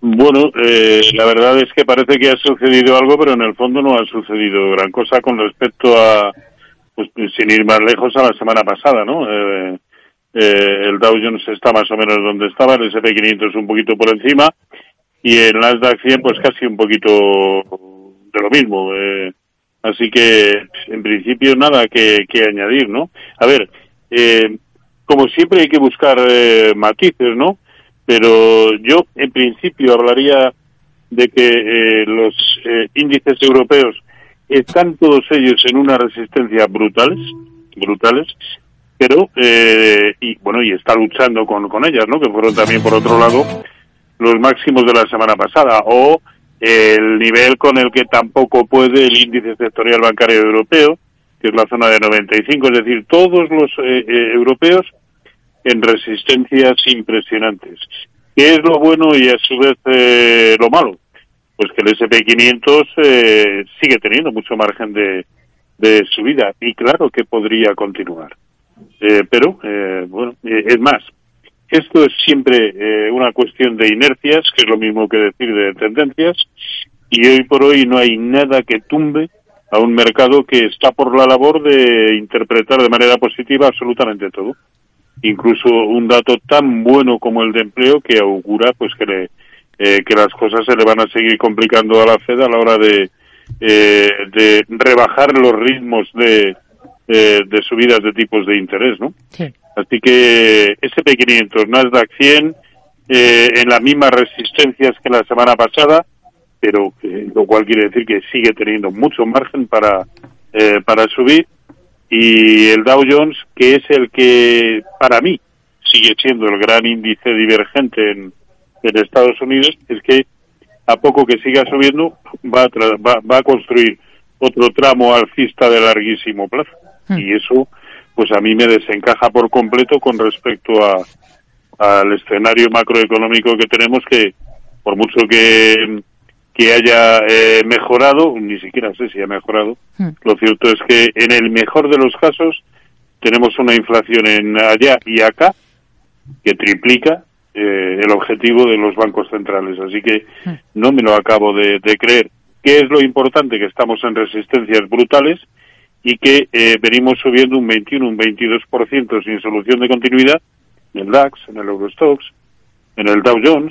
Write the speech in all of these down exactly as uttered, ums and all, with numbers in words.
Bueno, eh, la verdad es que parece que ha sucedido algo, pero en el fondo no ha sucedido gran cosa con respecto a, pues sin ir más lejos, a la semana pasada, ¿no? Eh, eh, el Dow Jones está más o menos donde estaba, el ese and pe quinientos un poquito por encima, y el Nasdaq cien pues casi un poquito de lo mismo. Eh, así que, en principio, nada que, que añadir, ¿no? A ver, eh, como siempre hay que buscar eh, matices, ¿no? Pero yo, en principio, hablaría de que eh, los eh, índices europeos están todos ellos en una resistencia brutales, brutales, pero, eh, y bueno, y está luchando con, con ellas, ¿no? Que fueron también, por otro lado, los máximos de la semana pasada, o el nivel con el que tampoco puede el índice sectorial bancario europeo, que es la zona de noventa y cinco, es decir, todos los eh, eh, europeos en resistencias impresionantes. ¿Qué es lo bueno y a su vez eh, lo malo? Pues que el ese and pe quinientos eh, sigue teniendo mucho margen de, de subida, y claro que podría continuar. Eh, pero, eh, bueno, eh, es más, esto es siempre eh, una cuestión de inercias, que es lo mismo que decir de tendencias, y hoy por hoy no hay nada que tumbe a un mercado que está por la labor de interpretar de manera positiva absolutamente todo. Incluso un dato tan bueno como el de empleo, que augura pues que le, eh, que las cosas se le van a seguir complicando a la Fed a la hora de eh, de rebajar los ritmos de eh, de subidas de tipos de interés, ¿no? Sí. Así que ese and pe quinientos, Nasdaq cien, eh, en las mismas resistencias que la semana pasada, pero eh, lo cual quiere decir que sigue teniendo mucho margen para eh, para subir. Y el Dow Jones, que es el que, para mí, sigue siendo el gran índice divergente en, en Estados Unidos, es que a poco que siga subiendo, va a, tra- va, va a construir otro tramo alcista de larguísimo plazo. Mm. Y eso, pues a mí me desencaja por completo con respecto a al escenario macroeconómico que tenemos, que por mucho que... que haya eh, mejorado, ni siquiera sé si ha mejorado, hmm. Lo cierto es que en el mejor de los casos tenemos una inflación en allá y acá que triplica eh, el objetivo de los bancos centrales, así que hmm. no me lo acabo de, de creer. ¿Qué es lo importante? Que estamos en resistencias brutales y que eh, venimos subiendo un veintiuno, un veintidós por ciento sin solución de continuidad en el DAX, en el Eurostoxx, en el Dow Jones,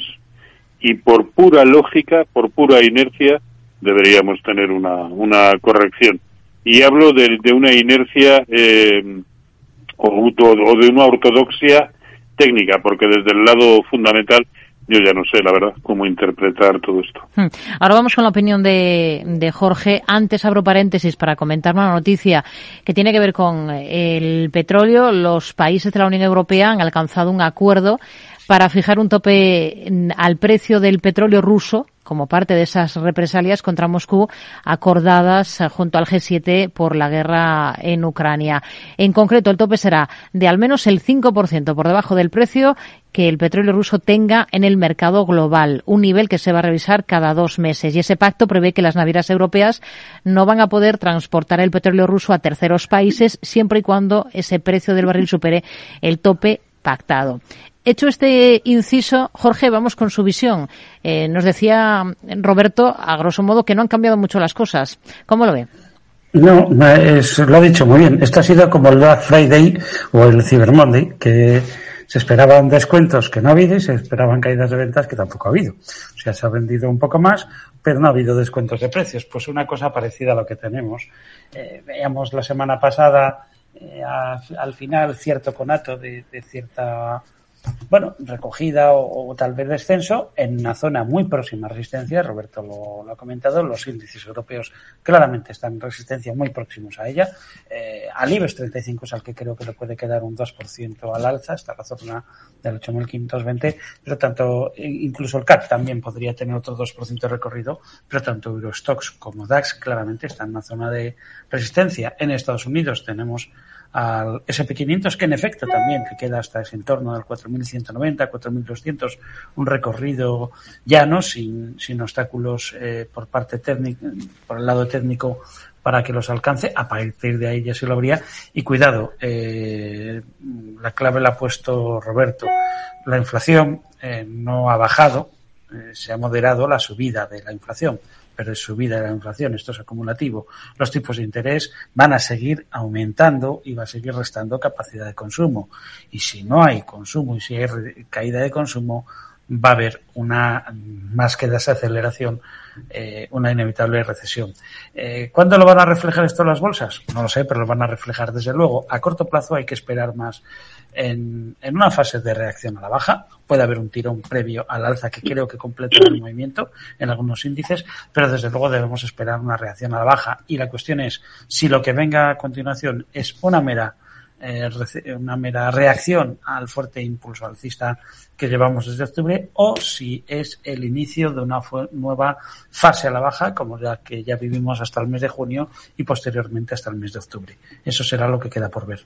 y por pura lógica, por pura inercia, deberíamos tener una, una corrección. Y hablo de, de una inercia eh, o, o de una ortodoxia técnica, porque desde el lado fundamental yo ya no sé, la verdad, cómo interpretar todo esto. Ahora vamos con la opinión de, de Jorge. Antes abro paréntesis para comentar una noticia que tiene que ver con el petróleo. Los países de la Unión Europea han alcanzado un acuerdo para fijar un tope al precio del petróleo ruso como parte de esas represalias contra Moscú acordadas junto al Ge siete por la guerra en Ucrania. En concreto, el tope será de al menos el cinco por ciento por debajo del precio que el petróleo ruso tenga en el mercado global, un nivel que se va a revisar cada dos meses. Y ese pacto prevé que las navieras europeas no van a poder transportar el petróleo ruso a terceros países siempre y cuando ese precio del barril supere el tope pactado. Hecho este inciso, Jorge, vamos con su visión. Eh, nos decía Roberto, a grosso modo, que no han cambiado mucho las cosas. ¿Cómo lo ve? No, es, lo ha dicho muy bien. Esto ha sido como el Black Friday o el Cyber Monday, que se esperaban descuentos que no ha habido y se esperaban caídas de ventas que tampoco ha habido. O sea, se ha vendido un poco más, pero no ha habido descuentos de precios. Pues una cosa parecida a lo que tenemos. Eh, veíamos la semana pasada, eh, a, al final, cierto conato de, de cierta... bueno, recogida o, o tal vez descenso en una zona muy próxima a resistencia. Roberto lo, lo ha comentado, los índices europeos claramente están en resistencia muy próximos a ella. Eh, al IBEX treinta y cinco es al que creo que le puede quedar un dos por ciento al alza, está la zona del ocho mil quinientos veinte, pero tanto, incluso el C A C también podría tener otro dos por ciento de recorrido, pero tanto Eurostoxx como DAX claramente están en una zona de resistencia. En Estados Unidos tenemos al ese and pe quinientos, que en efecto también que queda hasta ese entorno del cuatro mil ciento noventa, cuatro mil doscientos, un recorrido llano, sin, sin obstáculos eh, por parte técnica, por el lado técnico para que los alcance. A partir de ahí ya se lo habría. Y cuidado, eh, la clave la ha puesto Roberto. La inflación eh, no ha bajado, eh, se ha moderado la subida de la inflación, pero es subida de la inflación, esto es acumulativo. Los tipos de interés van a seguir aumentando y va a seguir restando capacidad de consumo. Y si no hay consumo y si hay caída de consumo, va a haber una, más que desaceleración, eh, una inevitable recesión. Eh, ¿Cuándo lo van a reflejar esto las bolsas? No lo sé, pero lo van a reflejar desde luego. A corto plazo hay que esperar más en, en una fase de reacción a la baja. Puede haber un tirón previo al alza que creo que completa el movimiento en algunos índices, pero desde luego debemos esperar una reacción a la baja. Y la cuestión es si lo que venga a continuación es una mera Eh, una mera reacción al fuerte impulso alcista que llevamos desde octubre, o si es el inicio de una nueva fase a la baja, como la que ya vivimos hasta el mes de junio y posteriormente hasta el mes de octubre. Eso será lo que queda por ver.